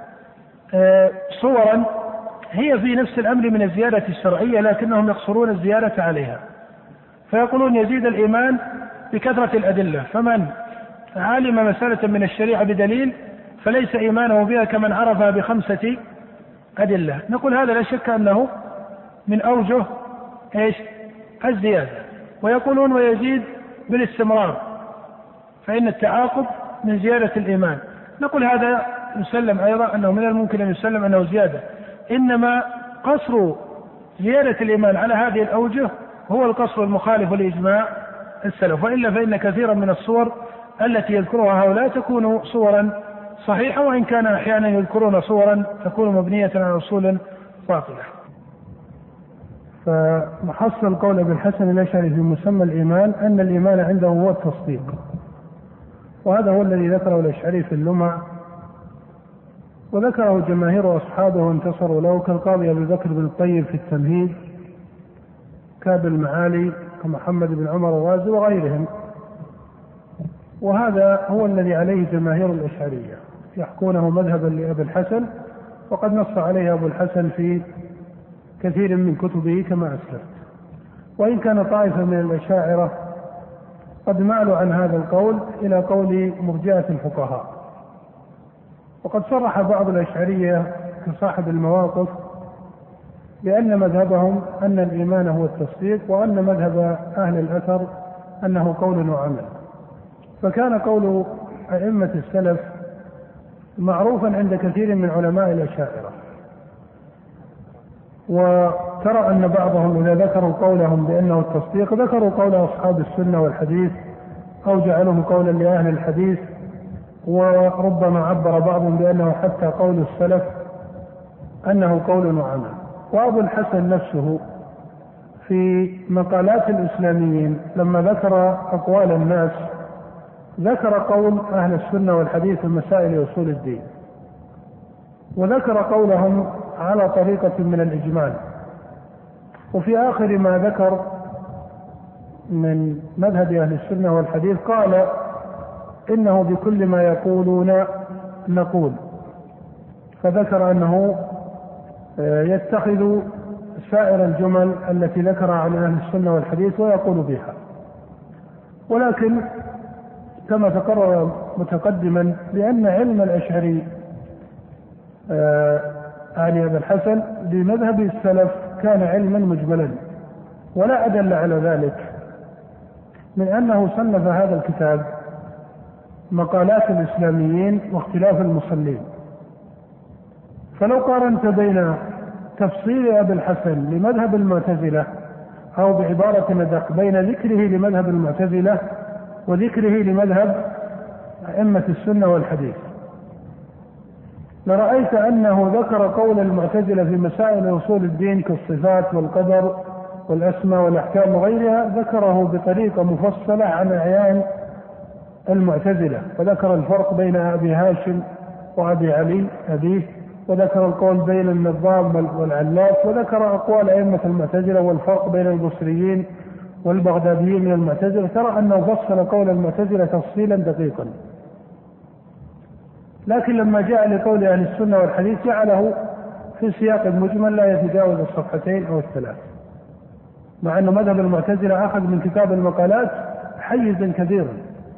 صورا هي في نفس الأمر من الزيادة الشرعية، لكنهم يقصرون الزيادة عليها، فيقولون يزيد الإيمان بكثرة الأدلة، فمن علم مسألة من الشريعة بدليل فليس إيمانه بها كمن عرفها بخمسة أدلة. نقول هذا لا شك أنه من أوجه إيش الزيادة. ويقولون ويزيد بالاستمرار، فإن التعاقب من زيادة الإيمان. نقول هذا يسلم أيضا أنه من الممكن أن يسلم أنه زيادة، إنما قصر زيادة الإيمان على هذه الأوجه هو القصر المخالف لإجماع السلف، وإلا فإن كثيرا من الصور التي يذكرها هؤلاء تكون صورا صحيحة، وإن كان أحيانا يذكرون صورا تكون مبنية على أصول باطلة. فمحصل قول ابن الحسن الأشعري في مسمى الإيمان أن الإيمان عنده هو التصديق، وهذا هو الذي ذكره الأشعري في اللمع، وذكره جماهير أصحابه وانتصروا له كالقاضي أبي بكر بن الطيب في التمهيد، كاب المعالي كمحمد بن عمر الرازي وغيرهم. وهذا هو الذي عليه جماهير الأشعرية، يحكونه مذهبا لأبي الحسن، وقد نص عليه أبو الحسن في كثير من كتبه كما أسلفت. وإن كان طائفة من الأشاعرة قد مالوا عن هذا القول إلى قول مرجئة الفقهاء، وقد صرح بعض الأشعرية كصاحب المواقف بأن مذهبهم أن الإيمان هو التصديق، وأن مذهب أهل الأثر أنه قول وعمل. فكان قول أئمة السلف معروفا عند كثير من علماء الأشاعرة، وترى أن بعضهم إذا ذكروا قولهم بأنه التصديق ذكروا قول أصحاب السنة والحديث أو جعلوه قولا لأهل الحديث، وربما عبر بعضهم بأنه حتى قول السلف أنه قول وعمل. وأبو الحسن نفسه في مقالات الإسلاميين لما ذكر أقوال الناس ذكر قول أهل السنة والحديث في مسائل أصول الدين، وذكر قولهم على طريقة من الإجمال. وفي آخر ما ذكر من مذهب أهل السنة والحديث قال إنه بكل ما يقولون نقول، فذكر أنه يتخذ سائر الجمل التي ذكرها عن أهل السنة والحديث ويقول بها. ولكن كما تقرر متقدما بأن علم الأشعري آه عن أبي الحسن بمذهب السلف كان علما مجملا، ولا أدل على ذلك من أنه صنف هذا الكتاب مقالات الإسلاميين واختلاف المصلين. فلو قارنت بين تفصيل أبي الحسن لمذهب المعتزلة، أو بعبارة أدق بين ذكره لمذهب المعتزلة وذكره لمذهب أئمة السنة والحديث، لرأيت أنه ذكر قول المعتزلة في مسائل أصول الدين كالصفات والقدر والأسماء والأحكام وغيرها، ذكره بطريقة مفصلة عن أعيان المعتزلة، فذكر الفرق بين أبي هاشم وأبي علي أبيه، وذكر القول بين النظام والعلاف، وذكر أقوال أئمة المعتزلة والفرق بين البصريين والبغداديين من المعتزلة. ترى أنه فصل قول المعتزلة تفصيلا دقيقا، لكن لما جاء لقول أهل السنة والحديث جعله في سياق مجمل لا يتجاوز الصفحتين أو الثلاث، مع أن مذهب المعتزلة أخذ من كتاب المقالات حيزا كثيرا.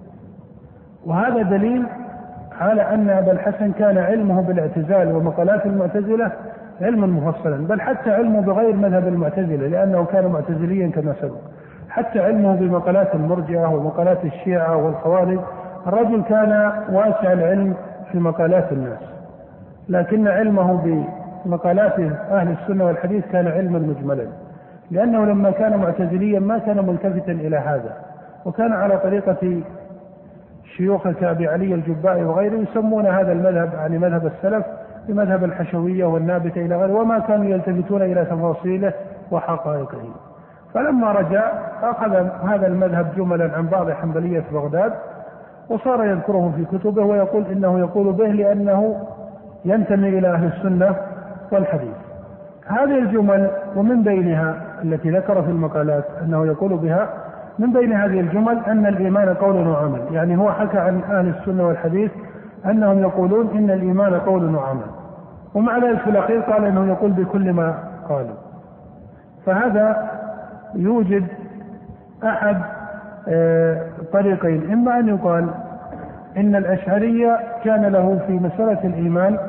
وهذا دليل على أن أبا الحسن كان علمه بالاعتزال ومقالات المعتزلة علما مفصلا، بل حتى علمه بغير مذهب المعتزلة لأنه كان معتزليا كما سبق، حتى علمه بمقالات المرجئة ومقالات الشيعة والخوارج. الرجل كان واسع العلم في مقالات الناس، لكن علمه بمقالات أهل السنة والحديث كان علما مجملا، لأنه لما كان معتزليا ما كان ملتفتا إلى هذا، وكان على طريقة شيوخ كأبي علي الجبائي وغيره يسمون هذا المذهب يعني مذهب السلف بمذهب الحشوية والنابتة إلى غيره، وما كانوا يلتفتون إلى تفاصيله وحقائقه. فلما رجع أخذ هذا المذهب جملا عن بعض حنبلية بغداد، وصار يذكره في كتبه ويقول إنه يقول به لأنه ينتمي إلى أهل السنة والحديث. هذه الجمل ومن بينها التي ذكر في المقالات أنه يقول بها، من بين هذه الجمل أن الإيمان قول وعمل، يعني هو حكى عن أهل السنة والحديث أنهم يقولون إن الإيمان قول وعمل، ومع ذلك في الأخير قال أنه يقول بكل ما قالوا. فهذا يوجد أحد طريقين، إما أن يقال إن الأشعرية كان له في مسألة الإيمان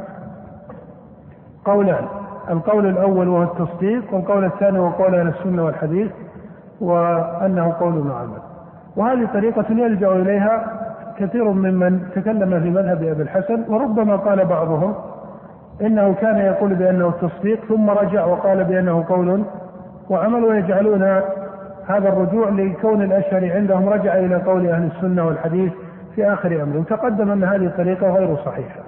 قولان، القول الأول وهو التصديق، والقول الثاني هو قول أهل السنة والحديث وأنه قول وعمل. وهذه طريقة يلجأ إليها كثير ممن تكلم في مذهب أبي الحسن، وربما قال بعضهم إنه كان يقول بأنه التصديق ثم رجع وقال بأنه قول وعمل، ويجعلون هذا الرجوع لكون الأشعري عندهم رجع إلى قول أهل السنة والحديث في آخر أمره. تقدم أن هذه الطريقة غير صحيحة،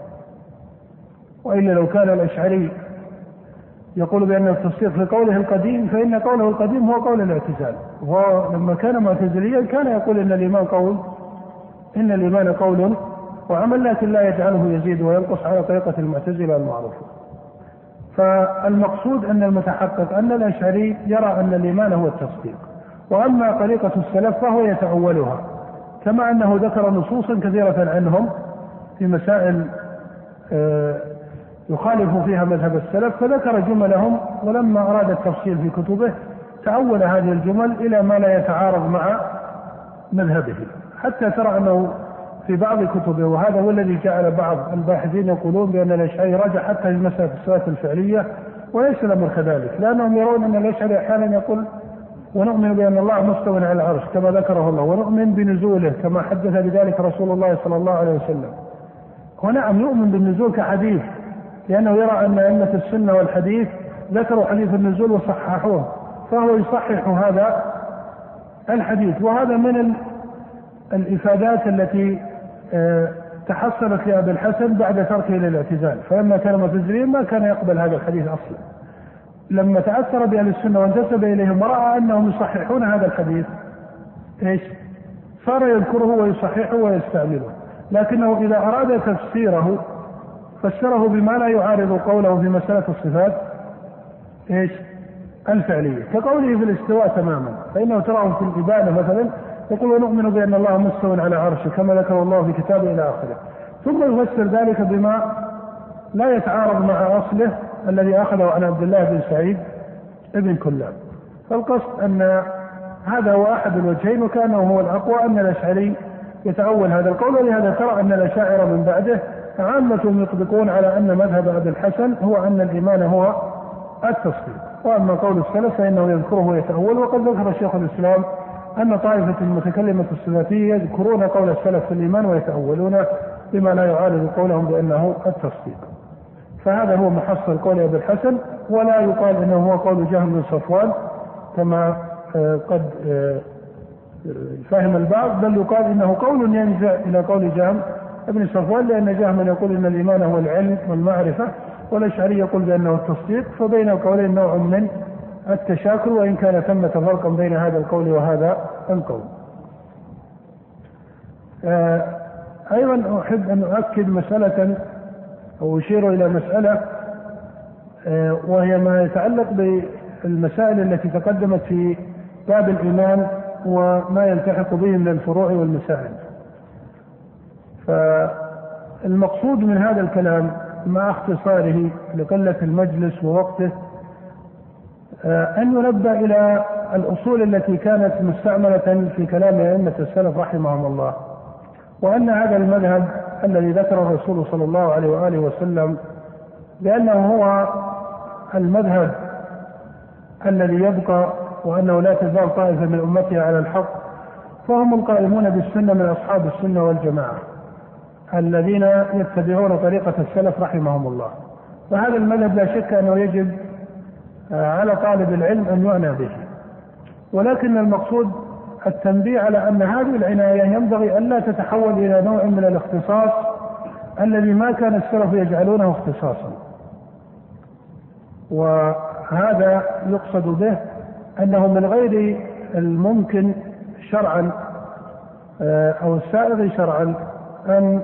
وإلا لو كان الأشعري يقول بأن التصديق في قوله القديم فإن قوله القديم هو قول الاعتزال، ولما كان معتزليا كان يقول إن الإيمان قول إن الإيمان قول وعمل، لكن لا يجعله يزيد وينقص على طريقة المعتزلة المعروفة. فالمقصود أن المتحقق أن الأشعري يرى أن الإيمان هو التصديق، وأما طريقة السلف فهو يتأولها، كما أنه ذكر نصوصا كثيرة عنهم في مسائل يخالف فيها مذهب السلف، فذكر جملهم، ولما أراد التفصيل في كتبه تأول هذه الجمل إلى ما لا يتعارض مع مذهبه، حتى ترى أنه في بعض كتبه، وهذا هو الذي جعل بعض الباحثين يقولون بأن الأشعري رجع حتى في مسألة الصفات الفعلية، وليس الأمر كذلك، لأنهم يرون أن الأشعري أحيانا يقول ونؤمن بأن الله مستوٍ على العرش كما ذكره الله، ونؤمن بنزوله كما حدث بذلك رسول الله صلى الله عليه وسلم. ونعم يؤمن بالنزول كحديث، لأنه يرى أن أئمة السنة والحديث ذكروا حديث النزول وصححوه، فهو يصحح هذا الحديث. وهذا من الإفادات التي تحصلت لأبي الحسن بعد تركه للاعتزال، فلما كان معتزليا ما كان يقبل هذا الحديث أصلا. لما تأثر بأهل السنة وانتسب إليهم ورأى أنهم يصححون هذا الحديث إيش؟ صار يذكره ويصححه ويستعمله، لكنه إذا أراد تفسيره فسره بما لا يعارض قوله في مسألة الصفات إيش؟ الفعلية، كقوله في الاستواء تماما، فإنه تراه في الإبانة مثلا يقول ونؤمن بأن الله مستوٍ على عرشه كما ذكر الله في كتابه إلى آخره، ثم يفسر ذلك بما لا يتعارض مع أصله الذي أخذه عن عبد الله بن سعيد ابن كلاب. فالقصد أن هذا هو أحد الوجهين، وكانه هو الأقوى أن الأشعري يتأول هذا القول، ولهذا ترى أن الأشاعرة من بعده عامة يطبقون على أن مذهب أبي الحسن هو أن الإيمان هو التصديق. وأما قول السلف فإنه يذكره ويتأول. وقد ذكر شيخ الإسلام أن طائفة المتكلمة الصفاتية يذكرون قول السلف في الإيمان ويتأولون بما لا يعارض قولهم بأنه التصديق. فهذا هو محصل قول أبي الحسن، ولا يقال أنه هو قول جهم بن صفوان كما قد فهم البعض، بل يقال إنه قول ينزع إلى قول جهم ابن صفوان، لأن جهم يقول إن الإيمان هو العلم والمعرفة، والأشعري يقول بأنه التصديق، فبين القولين نوع من التشاكل، وإن كان ثمة فرقا بين هذا القول وهذا القول. أيضا أحب أن أؤكد مسألة أو أشير إلى مسألة، وهي ما يتعلق بالمسائل التي تقدمت في باب الإيمان وما يلتحق به من الفروع والمسائل. فالمقصود من هذا الكلام مع اختصاره لقلة المجلس ووقته أن ينبه إلى الأصول التي كانت مستعملة في كلام أئمة السلف رحمهم الله، وأن هذا المذهب الذي ذكره الرسول صلى الله عليه وآله وسلم بأنه هو المذهب الذي يبقى، وأنه لا تزال طائفة من أمته على الحق، فهم القائمون بالسنة من أصحاب السنة والجماعة الذين يتبعون طريقة السلف رحمهم الله. وهذا المذهب لا شك أنه يجب على طالب العلم أن يعنى به، ولكن المقصود التنبيه على أن هذه العناية ينبغي أن لا تتحول إلى نوع من الاختصاص الذي ما كان السلف يجعلونه اختصاصا. وهذا يقصد به أنه من غير الممكن شرعا أو السائغ شرعا أن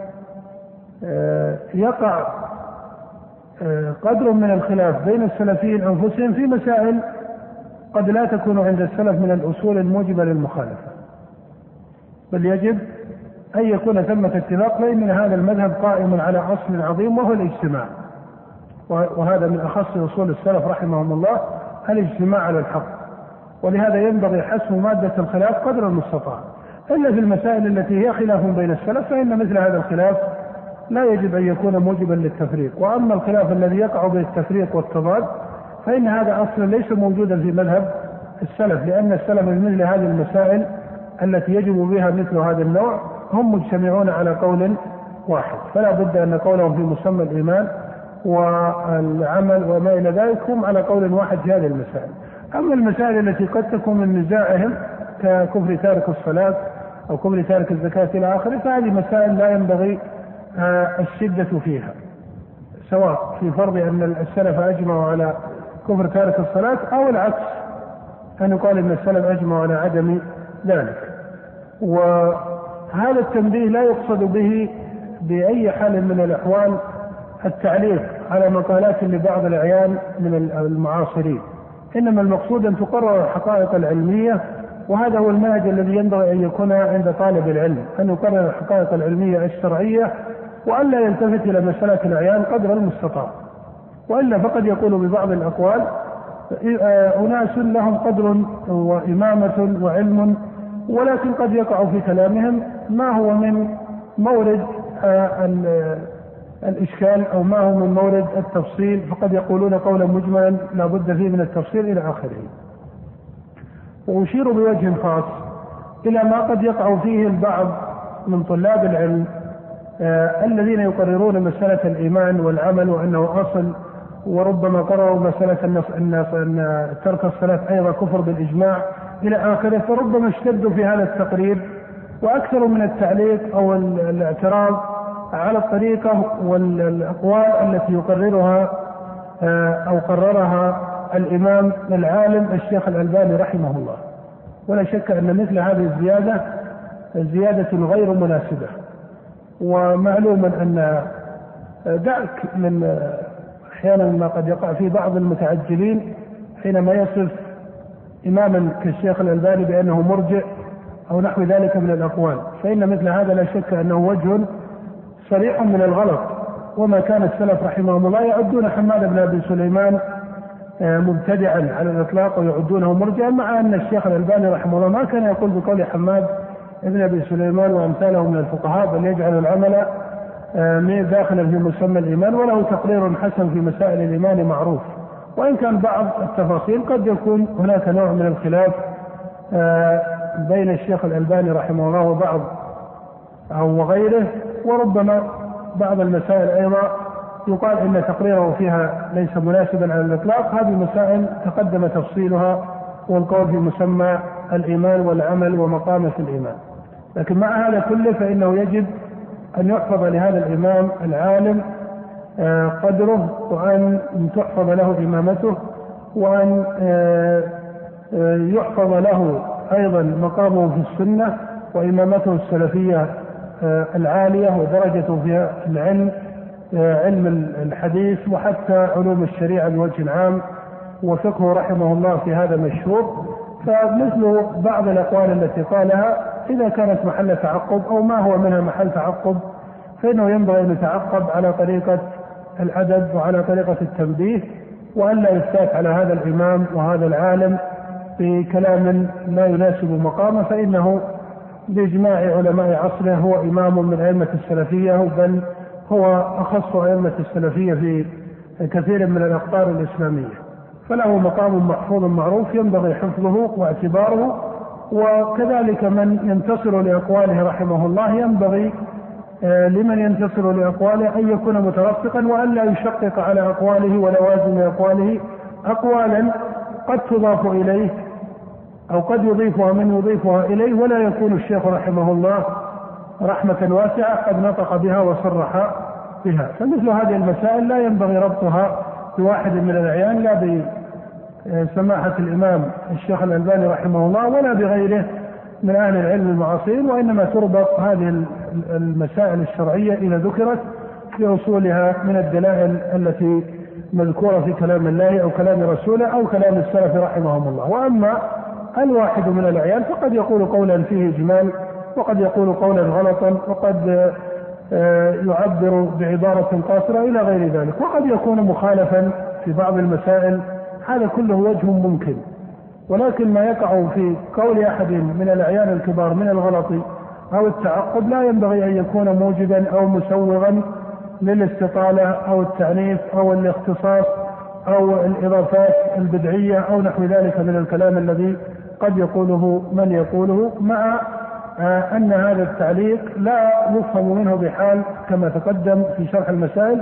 يقع قدر من الخلاف بين السلفيين أنفسهم في مسائل قد لا تكون عند السلف من الأصول الموجبة للمخالفة، بل يجب أن يكون ثمة اتفاق، لأن هذا المذهب قائم على أصل عظيم وهو الاجتماع، وهذا من أخص أصول السلف رحمهم الله الاجتماع على الحق. ولهذا ينبغي حسم مادة الخلاف قدر المستطاع، إلا في المسائل التي هي خلاف بين السلف فإن مثل هذا الخلاف لا يجب أن يكون موجبا للتفريق. وأما الخلاف الذي يقع به التفريق والتضاد فإن هذا أصلا ليس موجودا في مذهب السلف، لأن السلف من مثل هذه المسائل التي يجب بها مثل هذا النوع هم مجتمعون على قول واحد، فلا بد أن قولهم في مسمى الإيمان والعمل وما إلى ذلك هم على قول واحد في هذه المسائل. أما المسائل التي قد تكون من نزاعهم ككفر تارك الصلاة أو كفر تارك الزكاة إلى آخره، فهذه مسائل لا ينبغي الشدة فيها، سواء في فرض أن السلف أجمعوا على كفر تارك الصلاة أو العكس أن يقال أن السلف أجمعوا على عدم ذلك. وهذا التنبيه لا يقصد به بأي حال من الأحوال التعليق على مقالات لبعض الأعيان من المعاصرين، إنما المقصود أن تقرر الحقائق العلمية، وهذا هو المنهج الذي ينبغي أن يكون عند طالب العلم، أن يقرر الحقائق العلمية الشرعية وأن لا يلتفت إلى مسألة الأعيان قدر المستطاع، وإلا فقد يقول ببعض الأقوال أناس لهم قدر وإمامة وعلم، ولكن قد يقع في كلامهم ما هو من مورد الإشكال أو ما هو من مورد التفصيل، فقد يقولون قولا مجملا لا بد فيه من التفصيل إلى آخره. وأشير بوجه خاص إلى ما قد يقع فيه البعض من طلاب العلم آه الذين يقررون مسألة الإيمان والعمل وأنه أصل، وربما قرروا مسألة أن ترك الصلاة أيضا كفر بالإجماع إلى آخره، فربما اشتدوا في هذا التقرير وأكثر من التعليق أو الاعتراض على الطريقة والأقوال التي يقررها آه أو قررها الإمام العالم الشيخ الألباني رحمه الله. ولا شك أن مثل هذه الزيادة زيادة غير مناسبة، ومعلوم أن دعك من أحيانا ما قد يقع في بعض المتعجلين حينما يصف إماما كالشيخ الألباني بأنه مرجع أو نحو ذلك من الأقوال، فإن مثل هذا لا شك أنه وجه صريح من الغلط. وما كان السلف رحمهم الله يعدون حماد بن أبي سليمان مبتدعا على الإطلاق ويعدونه مرجعا، مع أن الشيخ الألباني رحمه الله ما كان يقول بقول حماد ابن أبي سليمان وأمثاله من الفقهاء، بل يجعل العمل داخلا في مسمى الإيمان، وله تقرير حسن في مسائل الإيمان معروف، وإن كان بعض التفاصيل قد يكون هناك نوع من الخلاف بين الشيخ الألباني رحمه الله وبعض أو وغيره، وربما بعض المسائل أيضا يقال إن تقريره فيها ليس مناسبا على الإطلاق. هذه مسائل تقدم تفصيلها والقول في مسمى الإيمان والعمل ومقامة الإيمان. لكن مع هذا كله فإنه يجب أن يحفظ لهذا الإمام العالم قدره، وأن تحفظ له إمامته، وأن يحفظ له أيضا مقامه في السنة وإمامته السلفية العالية ودرجته في العلم، علم الحديث وحتى علوم الشريعة بوجه عام، وفقه رحمه الله في هذا مشهور. فمثل بعض الأقوال التي قالها إذا كانت محل تعقب أو ما هو منها محل تعقب فإنه ينبغي أن يتعقب على طريقة الأدب وعلى طريقة التنبيه، وأن لا يفتات على هذا الإمام وهذا العالم بكلام لا يناسب مقامه، فإنه بإجماع علماء عصره هو إمام من أئمة السلفية، بل هو أخص أئمة السلفية في كثير من الأقطار الإسلامية، فله مقام محفوظ معروف ينبغي حفظه واعتباره. وكذلك من ينتصر لأقواله رحمه الله ينبغي لمن ينتصر لأقواله أن يكون مترفقا، وأن لا يشقق على أقواله ولوازم أقواله أقوالا قد تضاف إليه أو قد يضيفها من يضيفها إليه، ولا يكون الشيخ رحمه الله رحمة واسعة قد نطق بها وصرح بها. فمثل هذه المسائل لا ينبغي ربطها بواحد من الأعيان، لا بسماحة الإمام الشيخ الألباني رحمه الله ولا بغيره من أهل العلم المعاصرين، وإنما تربط هذه المسائل الشرعية إذا ذكرت بأصولها من الدلائل التي مذكورة في كلام الله أو كلام رسوله أو كلام السلف رحمهم الله. وأما الواحد من الأعيان فقد يقول قولا فيه إجمال، وقد يقول قولا غلطا، وقد يعبر بعبارة قاصرة إلى غير ذلك، وقد يكون مخالفا في بعض المسائل، هذا كله وجه ممكن. ولكن ما يقع في قول أحد من الأعيان الكبار من الغلط أو التعقب لا ينبغي أن يكون موجبا أو مسوغا للاستطالة أو التعنيف أو الاختصاص أو الإضافات البدعية أو نحو ذلك من الكلام الذي قد يقوله من يقوله، مع أن هذا التعليق لا يفهم منه بحال كما تقدم في شرح المسائل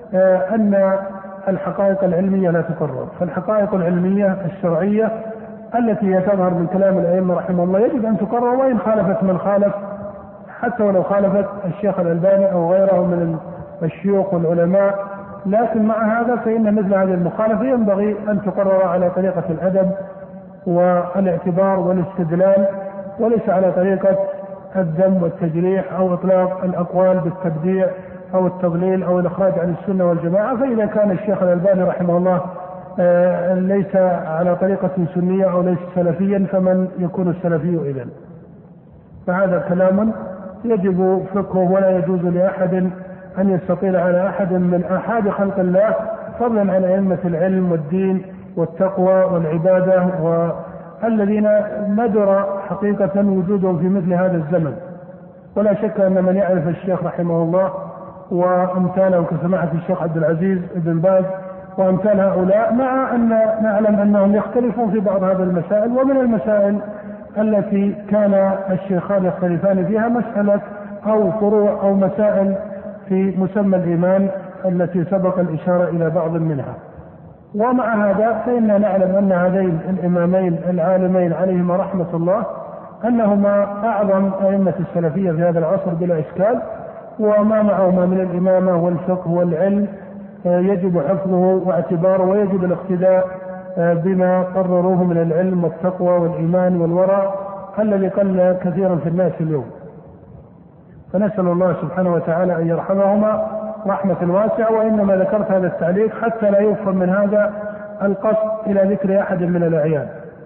أن الحقائق العلمية لا تقرر. فالحقائق العلمية الشرعية التي تظهر من كلام الأئمة رحمه الله يجب أن تقرر، وإن خالفت من خالف، حتى ولو خالفت الشيخ الألباني أو غيره من الشيوخ والعلماء. لكن مع هذا فإن مثل هذه المخالفة ينبغي أن تقرر على طريقة الأدب والاعتبار والاستدلال، وليس على طريقة الذم والتجريح أو إطلاق الأقوال بالتبديع أو التضليل أو الإخراج عن السنة والجماعة. فإذا كان الشيخ الألباني رحمه الله ليس على طريقة سنية أو ليس سلفيا فمن يكون السلفي إذن؟ فهذا كلام يجب فقهه، ولا يجوز لأحد أن يستطيل على أحد من أحد خلق الله، فضلا عن أئمة العلم والدين والتقوى والعبادة والذين ندر حقيقة وجودهم في مثل هذا الزمن. ولا شك أن من يعرف الشيخ رحمه الله وأمثاله كسماحة الشيخ عبد العزيز بن باز وأمثال هؤلاء، مع أن نعلم أنهم يختلفون في بعض هذه المسائل، ومن المسائل التي كان الشيخان يختلفان فيها مسألة أو فروع أو مسائل في مسمى الإيمان التي سبق الإشارة إلى بعض منها. ومع هذا فإننا نعلم أن هذين الإمامين العالمين عليهما رحمة الله أنهما أعظم أئمة السلفية في هذا العصر بلا إشكال، وما معهما من الإمامة والفقه والعلم يجب حفظه واعتباره، ويجب الاقتداء بما قرروه من العلم والتقوى والإيمان والورع الذي قل كثيرا في الناس اليوم. فنسأل الله سبحانه وتعالى أن يرحمهما رحمة واسعة. وإنما ذكرت هذا التعليق حتى لا يفهم من هذا القصد إلى ذكر أحد من الأعيان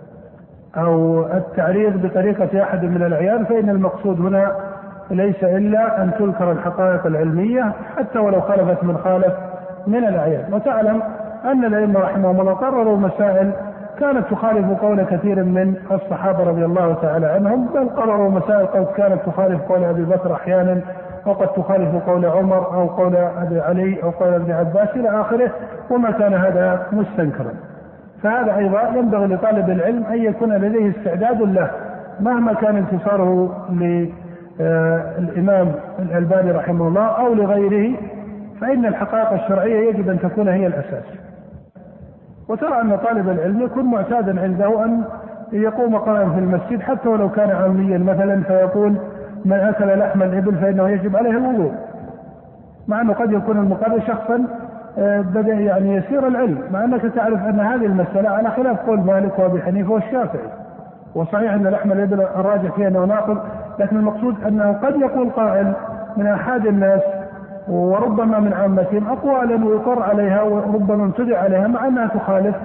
أو التعريض بطريقة أحد من الأعيان، فإن المقصود هنا ليس إلا أن تذكر الحقائق العلمية حتى ولو خالفت من خالف من الأعيان. وتعلم أن الأئمة رحمهم الله قرروا مسائل كانت تخالف قول كثير من الصحابة رضي الله تعالى عنهم، بل قرروا مسائل قد كانت تخالف قول أبي بكر أحيانا وقد تخالف قول عمر أو قول أبي علي أو قول ابن عباس إلى آخره، وما كان هذا مستنكرا. فهذا أيضا ينبغي لطالب العلم أن يكون لديه استعداد له مهما كان انتصاره للإمام الألباني رحمه الله أو لغيره، فإن الحقائق الشرعية يجب أن تكون هي الأساس. وترى أن طالب العلم يكون معتادا عنده أن يقوم قائما في المسجد حتى ولو كان عاميا مثلا، فيقول من أكل لحم الإبل فإنه يجب عليه الوضوء، مع أنه قد يكون المقابل شخصا بدأ يعني يسير العلم، مع أنك تعرف أن هذه المسألة على خلاف قول مالك وأبي حنيفة والشافعي. وصحيح أن لحم الإبل الراجح فيه أنه ناقض، لكن المقصود أنه قد يقول قائل من أحد الناس وربما من عامتهم أقوالا ويقر عليها وربما امتدع عليها مع أنها تخالف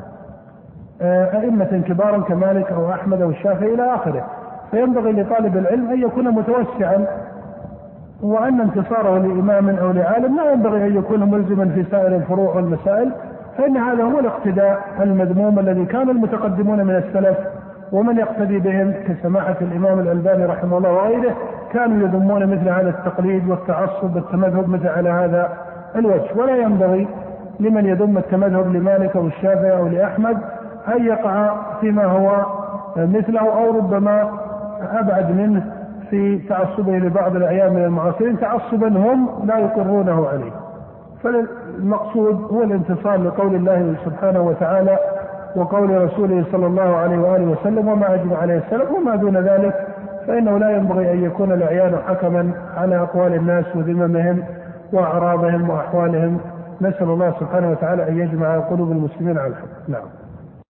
أئمة كبارا كمالك أو أحمد أو الشافعي إلى آخره. فينبغي لطالب العلم أن يكون متوسعا، وأن انتصاره لإمام أو لعالم لا ينبغي أن يكون ملزما في سائر الفروع والمسائل، فإن هذا هو الاقتداء المذموم الذي كان المتقدمون من السلف ومن يقتدي بهم كسماحة الإمام الألباني رحمه الله وغيره كانوا يذمون مثل هذا التقليد والتعصب والتمذهب مثل على هذا الوجه. ولا ينبغي لمن يذم التمذهب لمالك أو الشافعي أو لأحمد أن يقع فيما هو مثله أو ربما أبعد منه في تعصبه لبعض الأعيان من المعاصرين تعصبا هم لا يقرونه عليه. فالمقصود هو الانتصار لقول الله سبحانه وتعالى وقول رسوله صلى الله عليه وآله وسلم وما أجمع عليه السلف، وما دون ذلك فإنه لا ينبغي أن يكون الأعيان حكما على أقوال الناس وذممهم وأعراضهم وأحوالهم. نسأل الله سبحانه وتعالى أن يجمع قلوب المسلمين على الحق. نعم.